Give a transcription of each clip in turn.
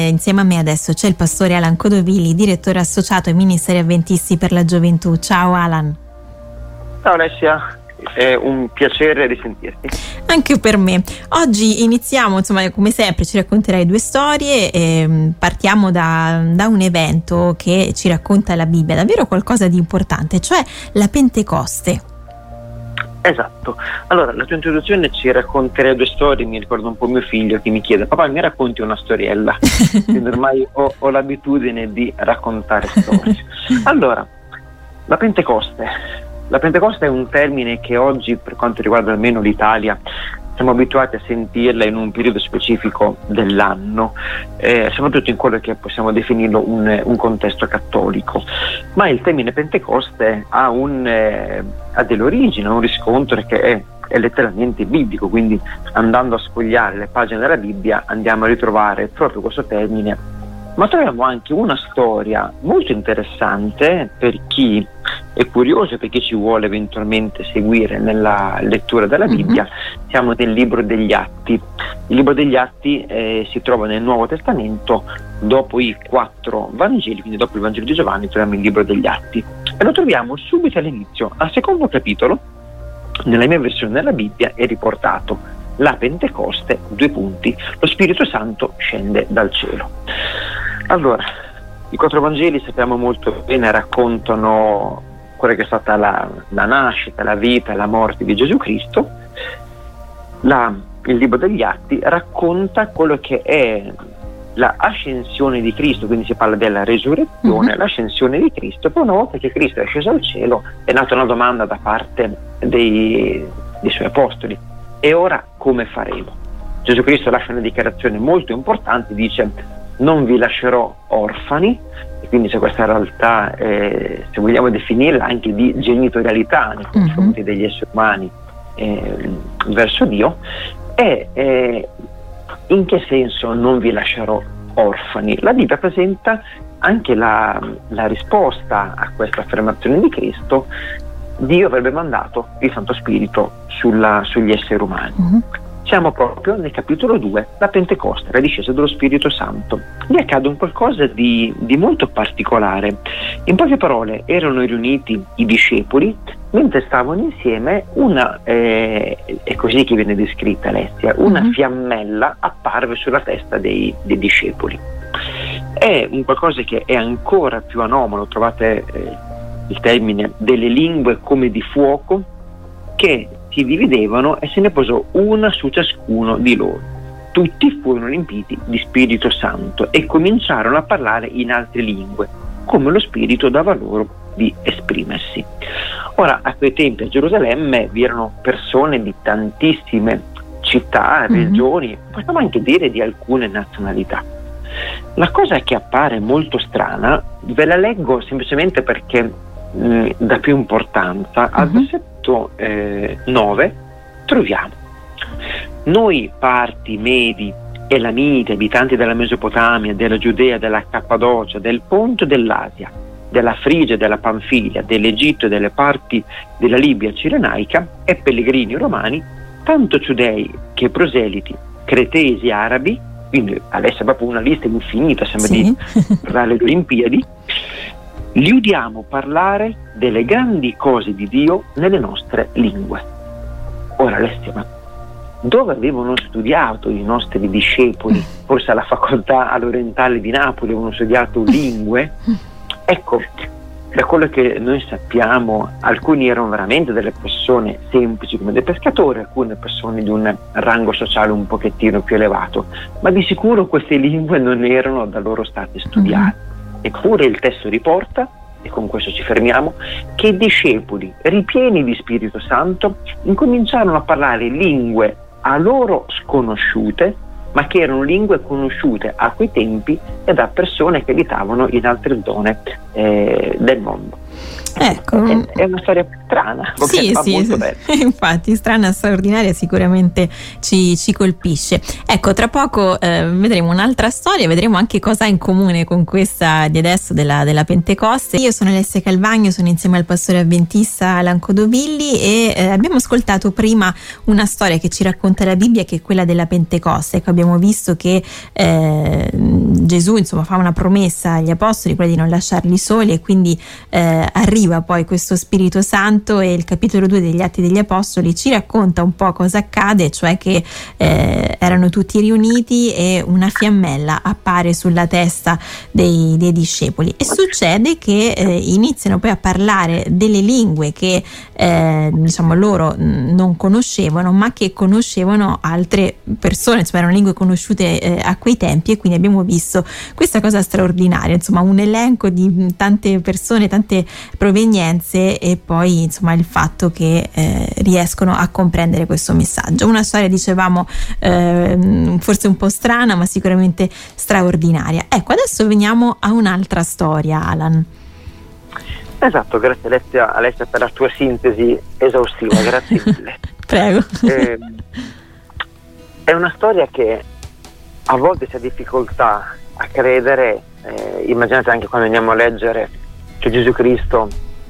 insieme a me adesso c'è il pastore Alan Codovili, direttore associato ai Ministeri Adventisti per la Gioventù. Ciao Alan. Ciao Alessia, è un piacere risentirti. Anche per me. Oggi iniziamo, insomma, come sempre ci racconterai 2 storie e partiamo da un evento che ci racconta la Bibbia, davvero qualcosa di importante, cioè la Pentecoste. Esatto. Allora, la tua introduzione ci racconterei 2 storie. Mi ricordo un po' mio figlio che mi chiede: papà, mi racconti una storiella? Quindi ormai ho l'abitudine di raccontare storie. Allora, la Pentecoste è un termine che oggi, per quanto riguarda almeno l'Italia, siamo abituati a sentirla in un periodo specifico dell'anno, soprattutto in quello che possiamo definirlo un contesto cattolico. Ma il termine Pentecoste ha delle origini, un riscontro che è letteralmente biblico, quindi andando a sfogliare le pagine della Bibbia andiamo a ritrovare proprio questo termine, ma troviamo anche una storia molto interessante per chi è curioso, per chi ci vuole eventualmente seguire nella lettura della Bibbia. Siamo nel libro degli Atti. Il libro degli Atti si trova nel Nuovo Testamento dopo i 4 Vangeli, quindi dopo il Vangelo di Giovanni troviamo il libro degli Atti e lo troviamo subito all'inizio, al secondo capitolo. Nella mia versione della Bibbia è riportato: la Pentecoste, : lo Spirito Santo scende dal cielo. Allora, i 4 Vangeli sappiamo molto bene, raccontano quella che è stata la nascita, la vita, la morte di Gesù Cristo. Il libro degli Atti racconta quello che è la ascensione di Cristo, quindi si parla della resurrezione, l'ascensione di Cristo. Poi una volta che Cristo è sceso al cielo è nata una domanda da parte dei suoi apostoli: e ora come faremo? Gesù Cristo lascia una dichiarazione molto importante, dice: non vi lascerò orfani. E quindi c'è questa realtà, se vogliamo definirla, anche di genitorialità nei confronti degli esseri umani verso Dio. E in che senso non vi lascerò orfani? La Bibbia presenta anche la risposta a questa affermazione di Cristo. Dio avrebbe mandato il Santo Spirito sugli esseri umani. Siamo proprio nel capitolo 2, la Pentecoste, la discesa dello Spirito Santo. Lì accade un qualcosa di molto particolare. In poche parole, erano riuniti i discepoli, mentre stavano insieme è così che viene descritta, Alessia, una fiammella apparve sulla testa dei discepoli. È un qualcosa che è ancora più anomalo, trovate il termine delle lingue come di fuoco, che si dividevano e se ne posò una su ciascuno di loro. Tutti furono riempiti di Spirito Santo e cominciarono a parlare in altre lingue, come lo Spirito dava loro di esprimersi. Ora, a quei tempi a Gerusalemme vi erano persone di tantissime città, regioni, possiamo anche dire di alcune nazionalità. La cosa che appare molto strana, ve la leggo semplicemente perché dà più importanza. Al versetto 9 troviamo: noi parti, Medi, Elamiti, abitanti della Mesopotamia, della Giudea, della Cappadocia, del Ponto dell'Asia, della Frigia, della Panfilia, dell'Egitto e delle parti della Libia cirenaica e pellegrini romani, tanto giudei che proseliti, cretesi, arabi. Quindi adesso è proprio una lista infinita, sembra tra le Olimpiadi. Li udiamo parlare delle grandi cose di Dio nelle nostre lingue. Ora, Alessia, ma dove avevano studiato i nostri discepoli? Forse alla facoltà all'Orientale di Napoli avevano studiato lingue? Ecco, da quello che noi sappiamo, alcuni erano veramente delle persone semplici come dei pescatori, alcune persone di un rango sociale un pochettino più elevato, ma di sicuro queste lingue non erano da loro state studiate. Eppure il testo riporta, e con questo ci fermiamo, che i discepoli, ripieni di Spirito Santo, incominciarono a parlare lingue a loro sconosciute, ma che erano lingue conosciute a quei tempi e da persone che abitavano in altre zone del mondo. Ecco. È una storia strana, sì, molto bella. Infatti strana, straordinaria, sicuramente ci colpisce. Ecco, tra poco vedremo un'altra storia, vedremo anche cosa ha in comune con questa di adesso della Pentecoste. Io sono Alessia Calvagno, sono insieme al pastore avventista Alan Codovilli e abbiamo ascoltato prima una storia che ci racconta la Bibbia, che è quella della Pentecoste. Ecco, abbiamo visto che Gesù insomma fa una promessa agli apostoli, quella di non lasciarli soli, e quindi arriva poi questo Spirito Santo, e il capitolo 2 degli Atti degli Apostoli ci racconta un po' cosa accade, cioè che erano tutti riuniti e una fiammella appare sulla testa dei discepoli, e succede che iniziano poi a parlare delle lingue che diciamo loro non conoscevano, ma che conoscevano altre persone, insomma erano lingue conosciute a quei tempi, e quindi abbiamo visto questa cosa straordinaria, insomma un elenco di tante persone, tante provenienze, e poi insomma il fatto che riescono a comprendere questo messaggio. Una storia, dicevamo, forse un po' strana, ma sicuramente straordinaria. Ecco, adesso veniamo a un'altra storia, Alan. Esatto, grazie Alessia per la tua sintesi esaustiva, grazie mille. Prego. È una storia che a volte si ha difficoltà a credere. Immaginate anche quando andiamo a leggere che Gesù Cristo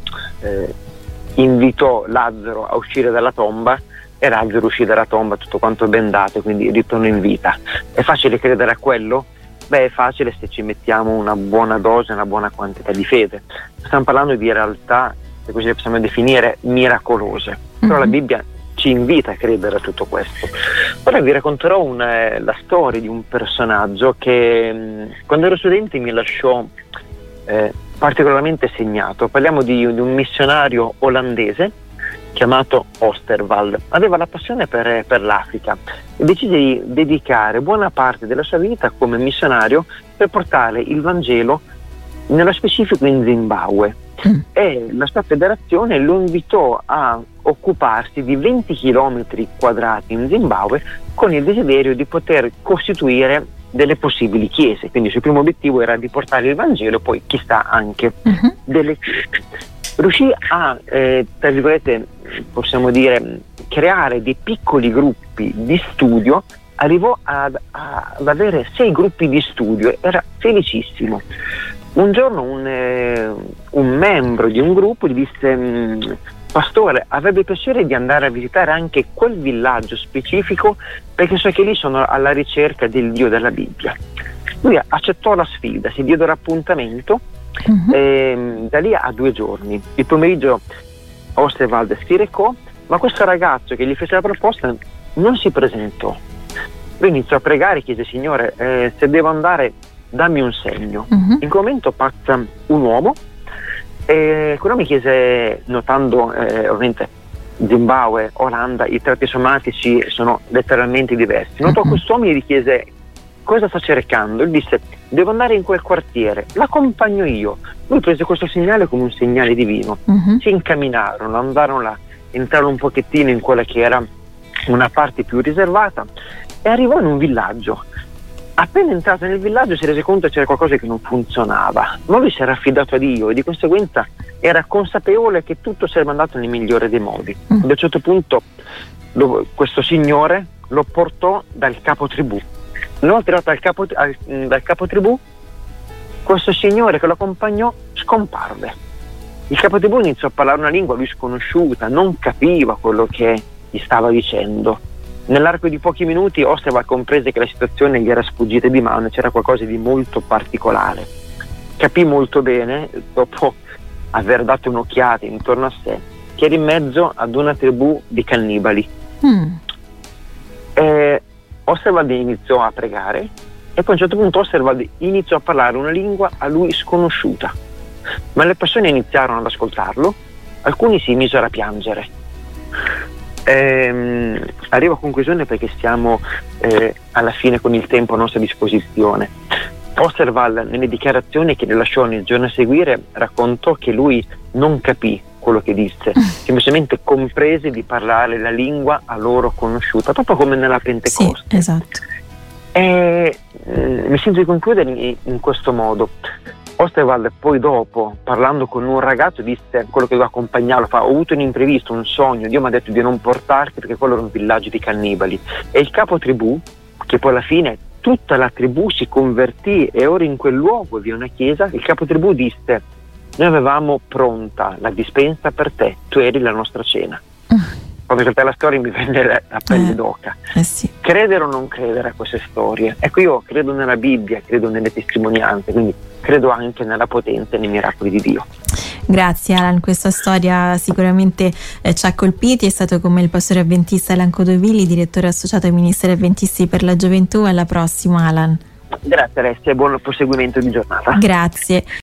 invitò Lazzaro a uscire dalla tomba, e Lazzaro uscì dalla tomba tutto quanto bendato, quindi ritorno in vita. È facile credere a quello? Beh, è facile se ci mettiamo una buona dose, una buona quantità di fede. Stiamo parlando di realtà, se così le possiamo definire, miracolose. Però la Bibbia ci invita a credere a tutto questo. Ora vi racconterò la storia di un personaggio che quando ero studente mi lasciò particolarmente segnato. Parliamo di un missionario olandese chiamato Oosterwald. Aveva la passione per l'Africa e decise di dedicare buona parte della sua vita come missionario per portare il Vangelo, nello specifico in Zimbabwe. E la sua federazione lo invitò a occuparsi di 20 chilometri quadrati in Zimbabwe, con il desiderio di poter costituire delle possibili chiese. Quindi il suo primo obiettivo era di portare il Vangelo, poi chissà anche delle chiese. Riuscì a, tra virgolette, possiamo dire, creare dei piccoli gruppi di studio. Arrivò ad avere 6 gruppi di studio, era felicissimo. Un giorno un membro di un gruppo gli disse: Pastore, avrebbe piacere di andare a visitare anche quel villaggio specifico, perché so che lì sono alla ricerca del Dio della Bibbia. Lui accettò la sfida, si diede l'appuntamento, da lì a 2 giorni. Il pomeriggio Oosterwald si recò, ma questo ragazzo che gli fece la proposta non si presentò. Lui iniziò a pregare, chiese: Signore, se devo andare, dammi un segno. In quel momento passa un uomo, e quello mi chiese, notando ovviamente Zimbabwe, Olanda, i tratti somatici sono letteralmente diversi. Notò quest'uomo e gli chiese: cosa sta cercando? Lui disse: devo andare in quel quartiere, l'accompagno io. Lui prese questo segnale come un segnale divino. Si incamminarono, andarono là, entrarono un pochettino in quella che era una parte più riservata e arrivò in un villaggio. Appena entrato nel villaggio si rese conto che c'era qualcosa che non funzionava, ma lui si era affidato a Dio e di conseguenza era consapevole che tutto sarebbe andato nel migliore dei modi. Ad un certo punto questo signore lo portò dal capo tribù. Una volta arrivato dal capo tribù, questo signore che lo accompagnò scomparve. Il capo tribù iniziò a parlare una lingua a lui sconosciuta, non capiva quello che gli stava dicendo. Nell'arco di pochi minuti Oosterwald comprese che la situazione gli era sfuggita di mano e c'era qualcosa di molto particolare. Capì molto bene, dopo aver dato un'occhiata intorno a sé, che era in mezzo ad una tribù di cannibali. Oosterwald iniziò a pregare e poi a un certo punto Oosterwald iniziò a parlare una lingua a lui sconosciuta, ma le persone iniziarono ad ascoltarlo, alcuni si misero a piangere. Arrivo a conclusione perché siamo alla fine con il tempo a nostra disposizione. Oosterwald, nelle dichiarazioni che rilasciò nel giorno a seguire, raccontò che lui non capì quello che disse, semplicemente comprese di parlare la lingua a loro conosciuta, proprio come nella Pentecoste. Sì, esatto. Mi sento di concludere in questo modo. Osterwald poi dopo, parlando con un ragazzo, disse, quello che doveva accompagnarlo, ho avuto un imprevisto, un sogno, Dio mi ha detto di non portarti perché quello era un villaggio di cannibali. E il capo tribù, che poi alla fine tutta la tribù si convertì e ora in quel luogo vi è una chiesa, il capo tribù disse: noi avevamo pronta la dispensa per te, tu eri la nostra cena. Quando ascoltai la storia mi venne la pelle d'oca. Sì. Credere o non credere a queste storie? Ecco, io credo nella Bibbia, credo nelle testimonianze, quindi credo anche nella potenza e nei miracoli di Dio. Grazie Alan, questa storia sicuramente ci ha colpiti. È stato con me il pastore avventista Alan Codovili, direttore associato ai Ministeri Avventisti per la Gioventù. Alla prossima, Alan. Grazie Alessia e buon proseguimento di giornata. Grazie.